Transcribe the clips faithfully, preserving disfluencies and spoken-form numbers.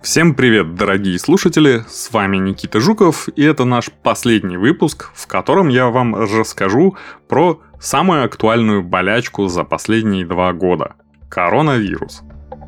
Всем привет, дорогие слушатели, с вами Никита Жуков, и это наш последний выпуск, в котором я вам расскажу про самую актуальную болячку за последние два года – коронавирус.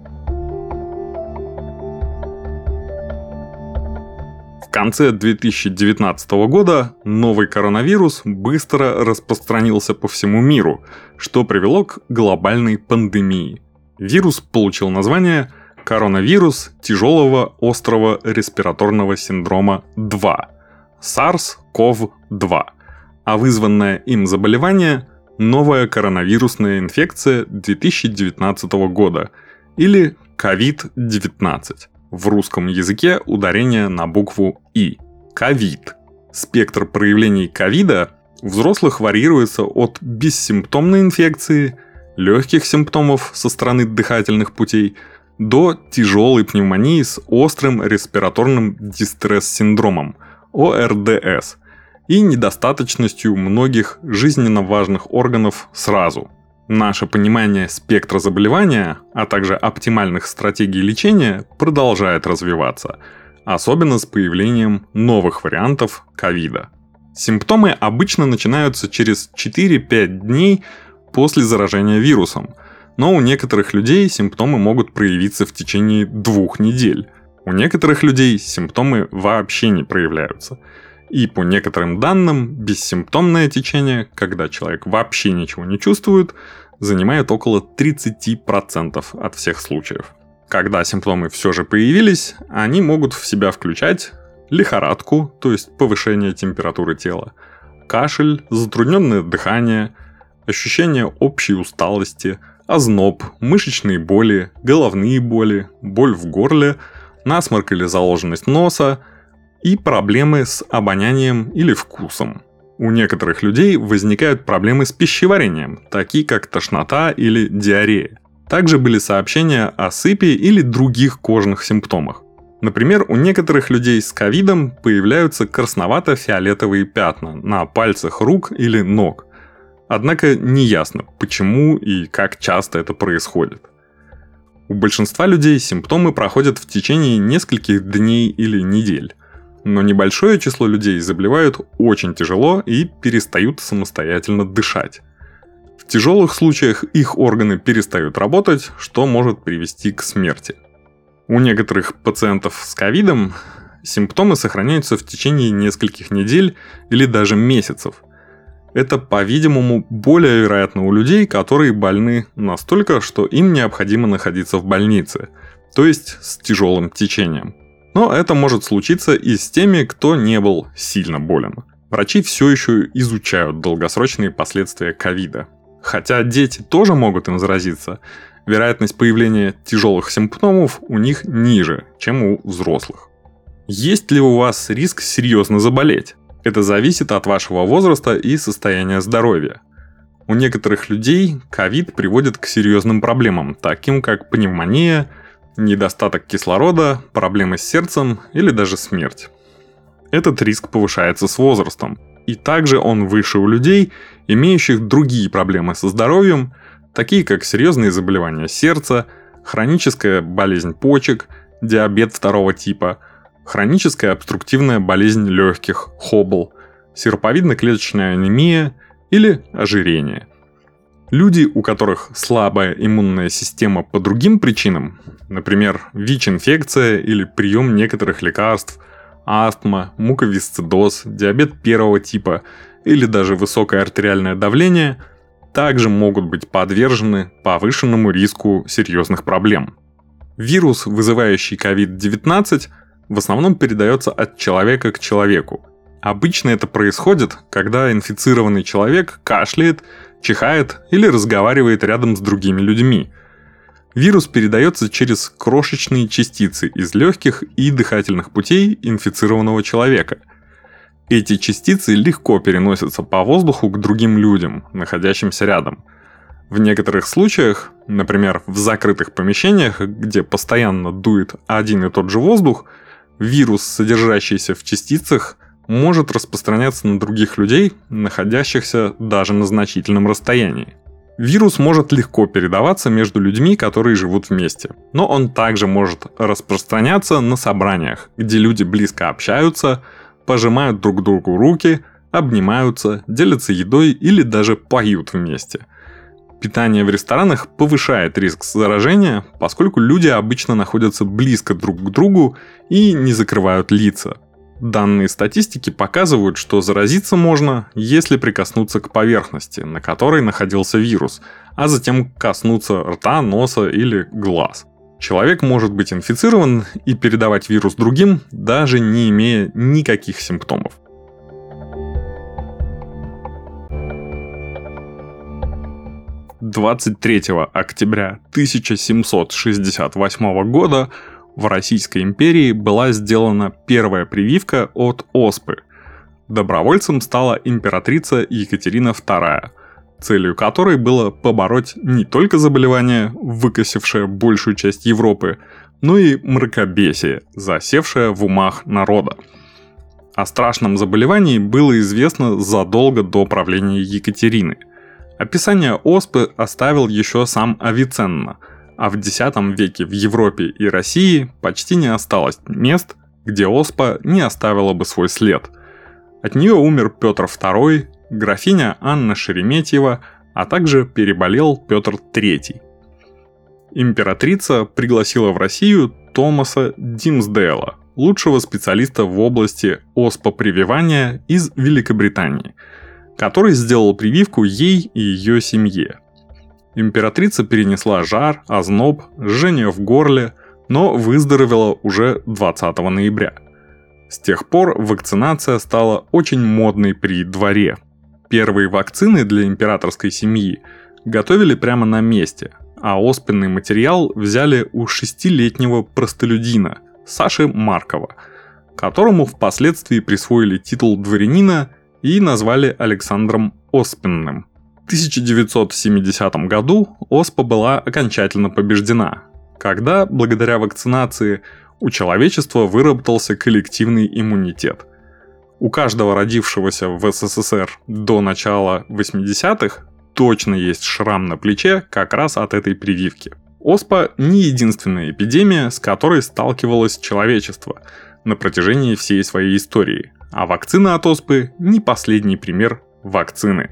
В конце две тысячи девятнадцатого года новый коронавирус быстро распространился по всему миру, что привело к глобальной пандемии. Вирус получил название коронавирус тяжелого острого респираторного синдрома два – SARS-ков два, а вызванное им заболевание – новая коронавирусная инфекция две тысячи девятнадцатого года или ковид девятнадцать. В русском языке ударение на букву «и» – ковид. Спектр проявлений ковида у взрослых варьируется от бессимптомной инфекции, легких симптомов со стороны дыхательных путей до тяжелой пневмонии с острым респираторным дистресс-синдромом о эр дэ эс и недостаточностью многих жизненно важных органов сразу. Наше понимание спектра заболевания, а также оптимальных стратегий лечения продолжает развиваться, особенно с появлением новых вариантов ковида. Симптомы обычно начинаются через четыре-пять дней после заражения вирусом, но у некоторых людей симптомы могут проявиться в течение двух недель. У некоторых людей симптомы вообще не проявляются. И по некоторым данным, бессимптомное течение, когда человек вообще ничего не чувствует, занимает около тридцать процентов от всех случаев. Когда симптомы все же появились, они могут в себя включать лихорадку, то есть повышение температуры тела, кашель, затрудненное дыхание, ощущение общей усталости, озноб, мышечные боли, головные боли, боль в горле, насморк или заложенность носа и проблемы с обонянием или вкусом. У некоторых людей возникают проблемы с пищеварением, такие как тошнота или диарея. Также были сообщения о сыпи или других кожных симптомах. Например, у некоторых людей с ковидом появляются красновато-фиолетовые пятна на пальцах рук или ног. Однако неясно, почему и как часто это происходит. У большинства людей симптомы проходят в течение нескольких дней или недель, но небольшое число людей заболевают очень тяжело и перестают самостоятельно дышать. В тяжелых случаях их органы перестают работать, что может привести к смерти. У некоторых пациентов с ковидом симптомы сохраняются в течение нескольких недель или даже месяцев. Это, по-видимому, более вероятно у людей, которые больны настолько, что им необходимо находиться в больнице, то есть с тяжелым течением. Но это может случиться и с теми, кто не был сильно болен. Врачи все еще изучают долгосрочные последствия ковида. Хотя дети тоже могут им заразиться, вероятность появления тяжелых симптомов у них ниже, чем у взрослых. Есть ли у вас риск серьезно заболеть? Это зависит от вашего возраста и состояния здоровья. У некоторых людей ковид приводит к серьезным проблемам, таким как пневмония, недостаток кислорода, проблемы с сердцем или даже смерть. Этот риск повышается с возрастом, и также он выше у людей, имеющих другие проблемы со здоровьем, такие как серьезные заболевания сердца, хроническая болезнь почек, диабет второго типа, хроническая обструктивная болезнь легких, хобл, серповидно-клеточная анемия или ожирение. Люди, у которых слабая иммунная система по другим причинам, например, ВИЧ-инфекция или прием некоторых лекарств, астма, муковисцидоз, диабет первого типа или даже высокое артериальное давление, также могут быть подвержены повышенному риску серьезных проблем. Вирус, вызывающий ковид девятнадцать, в основном передается от человека к человеку. Обычно это происходит, когда инфицированный человек кашляет, чихает или разговаривает рядом с другими людьми. Вирус передается через крошечные частицы из легких и дыхательных путей инфицированного человека. Эти частицы легко переносятся по воздуху к другим людям, находящимся рядом. В некоторых случаях, например, в закрытых помещениях, где постоянно дует один и тот же воздух, вирус, содержащийся в частицах, может распространяться на других людей, находящихся даже на значительном расстоянии. Вирус может легко передаваться между людьми, которые живут вместе, но он также может распространяться на собраниях, где люди близко общаются, пожимают друг другу руки, обнимаются, делятся едой или даже поют вместе. Питание в ресторанах повышает риск заражения, поскольку люди обычно находятся близко друг к другу и не закрывают лица. Данные статистики показывают, что заразиться можно, если прикоснуться к поверхности, на которой находился вирус, а затем коснуться рта, носа или глаз. Человек может быть инфицирован и передавать вирус другим, даже не имея никаких симптомов. двадцать третьего октября тысяча семьсот шестьдесят восьмого года в Российской империи была сделана первая прививка от оспы. Добровольцем стала императрица Екатерина вторая, целью которой было побороть не только заболевание, выкосившее большую часть Европы, но и мракобесие, засевшее в умах народа. О страшном заболевании было известно задолго до правления Екатерины. Описание оспы оставил еще сам Авиценна, а в X веке в Европе и России почти не осталось мест, где оспа не оставила бы свой след. От нее умер Петр второй, графиня Анна Шереметьева, а также переболел Петр третий. Императрица пригласила в Россию Томаса Димсдейла, лучшего специалиста в области оспопрививания из Великобритании, который сделал прививку ей и ее семье. Императрица перенесла жар, озноб, жжение в горле, но выздоровела уже двадцатого ноября. С тех пор вакцинация стала очень модной при дворе. Первые вакцины для императорской семьи готовили прямо на месте, а оспенный материал взяли у шестилетнего простолюдина Саши Маркова, которому впоследствии присвоили титул дворянина и назвали Александром Оспенным. В тысяча девятьсот семидесятом году оспа была окончательно побеждена, когда, благодаря вакцинации, у человечества выработался коллективный иммунитет. У каждого родившегося в СССР до начала восьмидесятых точно есть шрам на плече как раз от этой прививки. Оспа не единственная эпидемия, с которой сталкивалось человечество на протяжении всей своей истории, а вакцина от оспы не последний пример вакцины.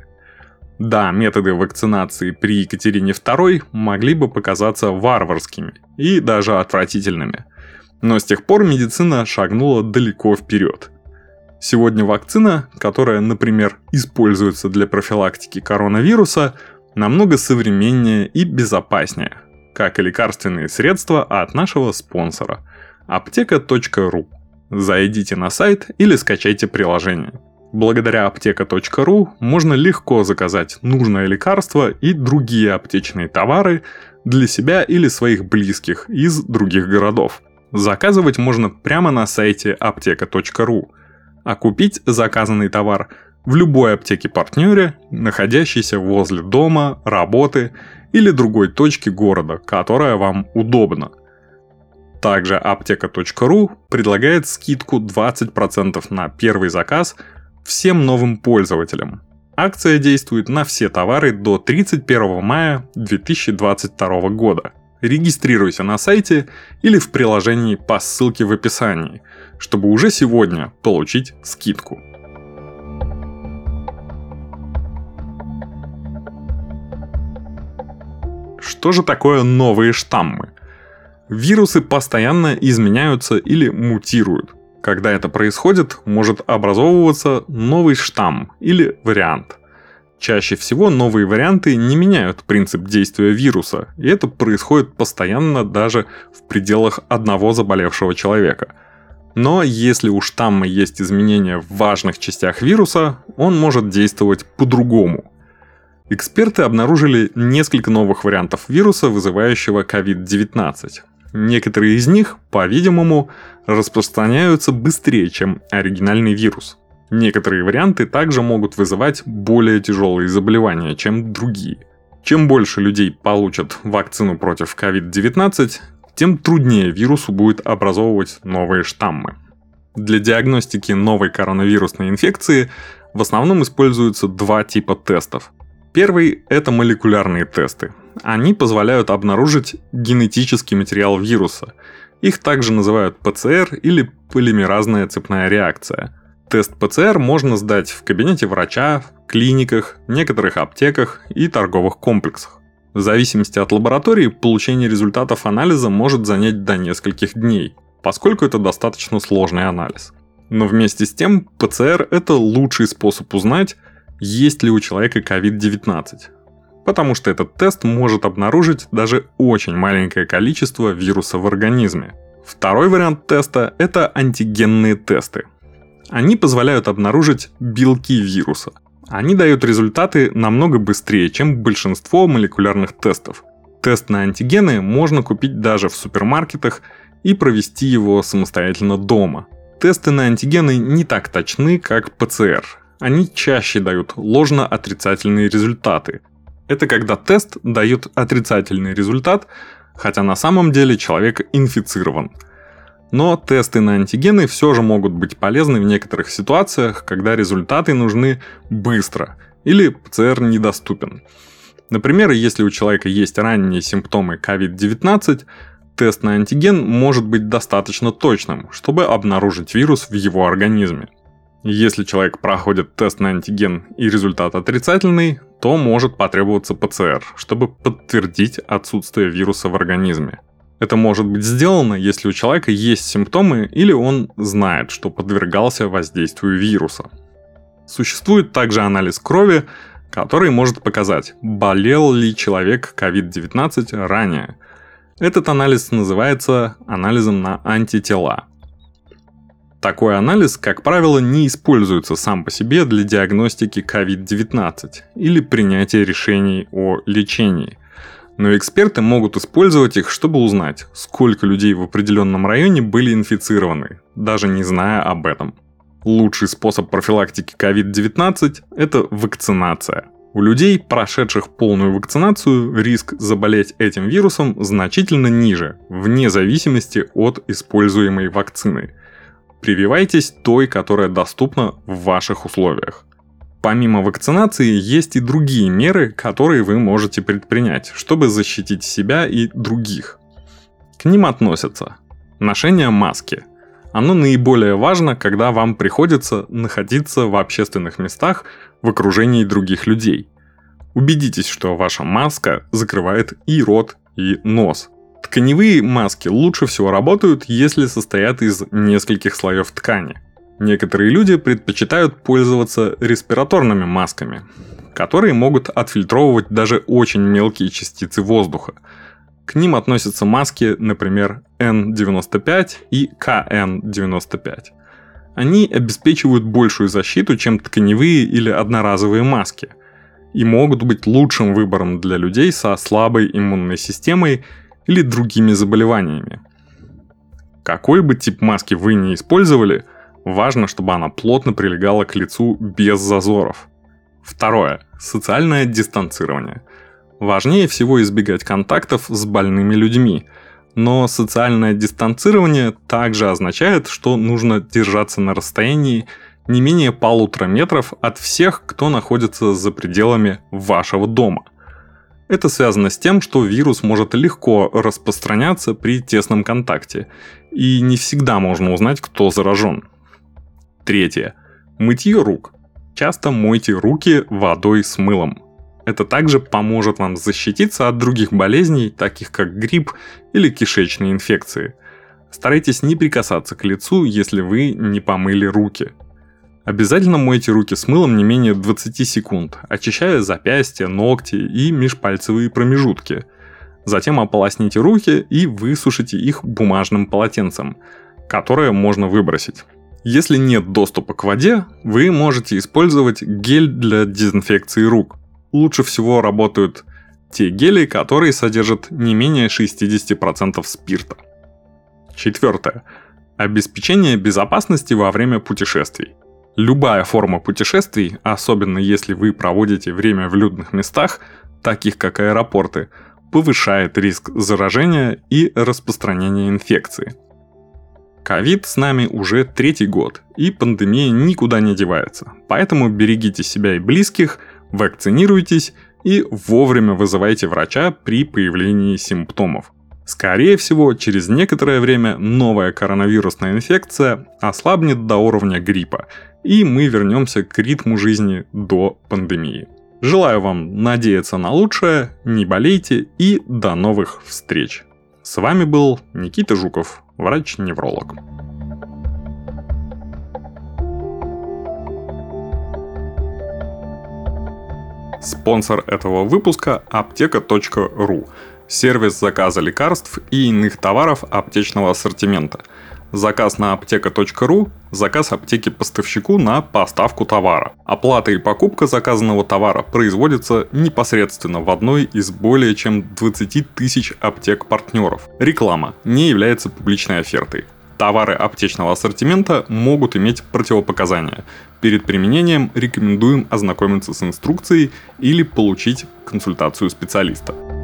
Да, методы вакцинации при Екатерине второй могли бы показаться варварскими и даже отвратительными, но с тех пор медицина шагнула далеко вперед. Сегодня вакцина, которая, например, используется для профилактики коронавируса, намного современнее и безопаснее, как и лекарственные средства от нашего спонсора аптека точка ру. Зайдите на сайт или скачайте приложение. Благодаря аптека точка ру можно легко заказать нужное лекарство и другие аптечные товары для себя или своих близких из других городов. Заказывать можно прямо на сайте аптека точка ру, а купить заказанный товар в любой аптеке-партнере, находящейся возле дома, работы или другой точки города, которая вам удобна. Также аптека точка ру предлагает скидку двадцать процентов на первый заказ всем новым пользователям. Акция действует на все товары до тридцать первого мая две тысячи двадцать второго года. Регистрируйся на сайте или в приложении по ссылке в описании, чтобы уже сегодня получить скидку. Что же такое новые штаммы? Вирусы постоянно изменяются или мутируют. Когда это происходит, может образовываться новый штамм или вариант. Чаще всего новые варианты не меняют принцип действия вируса, и это происходит постоянно даже в пределах одного заболевшего человека. Но если у штамма есть изменения в важных частях вируса, он может действовать по-другому. Эксперты обнаружили несколько новых вариантов вируса, вызывающего ковид девятнадцать. Некоторые из них, по-видимому, распространяются быстрее, чем оригинальный вирус. Некоторые варианты также могут вызывать более тяжелые заболевания, чем другие. Чем больше людей получат вакцину против ковид девятнадцать, тем труднее вирусу будет образовывать новые штаммы. Для диагностики новой коронавирусной инфекции в основном используются два типа тестов. Первый – это молекулярные тесты. Они позволяют обнаружить генетический материал вируса. Их также называют пэ цэ эр или полимеразная цепная реакция. Тест пэ цэ эр можно сдать в кабинете врача, в клиниках, некоторых аптеках и торговых комплексах. В зависимости от лаборатории, получение результатов анализа может занять до нескольких дней, поскольку это достаточно сложный анализ. Но вместе с тем, пэ цэ эр – это лучший способ узнать, есть ли у человека ковид девятнадцать. Потому что этот тест может обнаружить даже очень маленькое количество вируса в организме. Второй вариант теста – это антигенные тесты. Они позволяют обнаружить белки вируса. Они дают результаты намного быстрее, чем большинство молекулярных тестов. Тест на антигены можно купить даже в супермаркетах и провести его самостоятельно дома. Тесты на антигены не так точны, как пэ цэ эр. Они чаще дают ложно-отрицательные результаты. Это когда тест дает отрицательный результат, хотя на самом деле человек инфицирован. Но тесты на антигены все же могут быть полезны в некоторых ситуациях, когда результаты нужны быстро или пэ цэ эр недоступен. Например, если у человека есть ранние симптомы ковид девятнадцать, тест на антиген может быть достаточно точным, чтобы обнаружить вирус в его организме. Если человек проходит тест на антиген и результат отрицательный, то может потребоваться пэ цэ эр, чтобы подтвердить отсутствие вируса в организме. Это может быть сделано, если у человека есть симптомы или он знает, что подвергался воздействию вируса. Существует также анализ крови, который может показать, болел ли человек ковид девятнадцать ранее. Этот анализ называется анализом на антитела. Такой анализ, как правило, не используется сам по себе для диагностики ковид девятнадцать или принятия решений о лечении. Но эксперты могут использовать их, чтобы узнать, сколько людей в определенном районе были инфицированы, даже не зная об этом. Лучший способ профилактики ковид девятнадцать – это вакцинация. У людей, прошедших полную вакцинацию, риск заболеть этим вирусом значительно ниже, вне зависимости от используемой вакцины. Прививайтесь той, которая доступна в ваших условиях. Помимо вакцинации, есть и другие меры, которые вы можете предпринять, чтобы защитить себя и других. К ним относятся ношение маски. Оно наиболее важно, когда вам приходится находиться в общественных местах в окружении других людей. Убедитесь, что ваша маска закрывает и рот, и нос. Тканевые маски лучше всего работают, если состоят из нескольких слоев ткани. Некоторые люди предпочитают пользоваться респираторными масками, которые могут отфильтровывать даже очень мелкие частицы воздуха. К ним относятся маски, например, эн девяносто пять и ка эн девяносто пять. Они обеспечивают большую защиту, чем тканевые или одноразовые маски, и могут быть лучшим выбором для людей со слабой иммунной системой или другими заболеваниями. Какой бы тип маски вы ни использовали, важно, чтобы она плотно прилегала к лицу без зазоров. Второе. Социальное дистанцирование. Важнее всего избегать контактов с больными людьми, но социальное дистанцирование также означает, что нужно держаться на расстоянии не менее полутора метров от всех, кто находится за пределами вашего дома. Это связано с тем, что вирус может легко распространяться при тесном контакте, и не всегда можно узнать, кто заражен. Третье. Мытье рук. Часто мойте руки водой с мылом. Это также поможет вам защититься от других болезней, таких как грипп или кишечные инфекции. Старайтесь не прикасаться к лицу, если вы не помыли руки. Обязательно мойте руки с мылом не менее двадцать секунд, очищая запястья, ногти и межпальцевые промежутки. Затем ополосните руки и высушите их бумажным полотенцем, которое можно выбросить. Если нет доступа к воде, вы можете использовать гель для дезинфекции рук. Лучше всего работают те гели, которые содержат не менее шестьдесят процентов спирта. Четвертое. Обеспечение безопасности во время путешествий. Любая форма путешествий, особенно если вы проводите время в людных местах, таких как аэропорты, повышает риск заражения и распространения инфекции. Ковид с нами уже третий год, и пандемия никуда не девается, поэтому берегите себя и близких, вакцинируйтесь и вовремя вызывайте врача при появлении симптомов. Скорее всего, через некоторое время новая коронавирусная инфекция ослабнет до уровня гриппа, и мы вернемся к ритму жизни до пандемии. Желаю вам надеяться на лучшее, не болейте и до новых встреч. С вами был Никита Жуков, врач-невролог. Спонсор этого выпуска – аптека точка ру. Сервис заказа лекарств и иных товаров аптечного ассортимента. Заказ на аптека точка ру – заказ аптеки поставщику на поставку товара. Оплата и покупка заказанного товара производится непосредственно в одной из более чем двадцати тысяч аптек-партнеров. Реклама не является публичной офертой. Товары аптечного ассортимента могут иметь противопоказания. Перед применением рекомендуем ознакомиться с инструкцией или получить консультацию специалиста.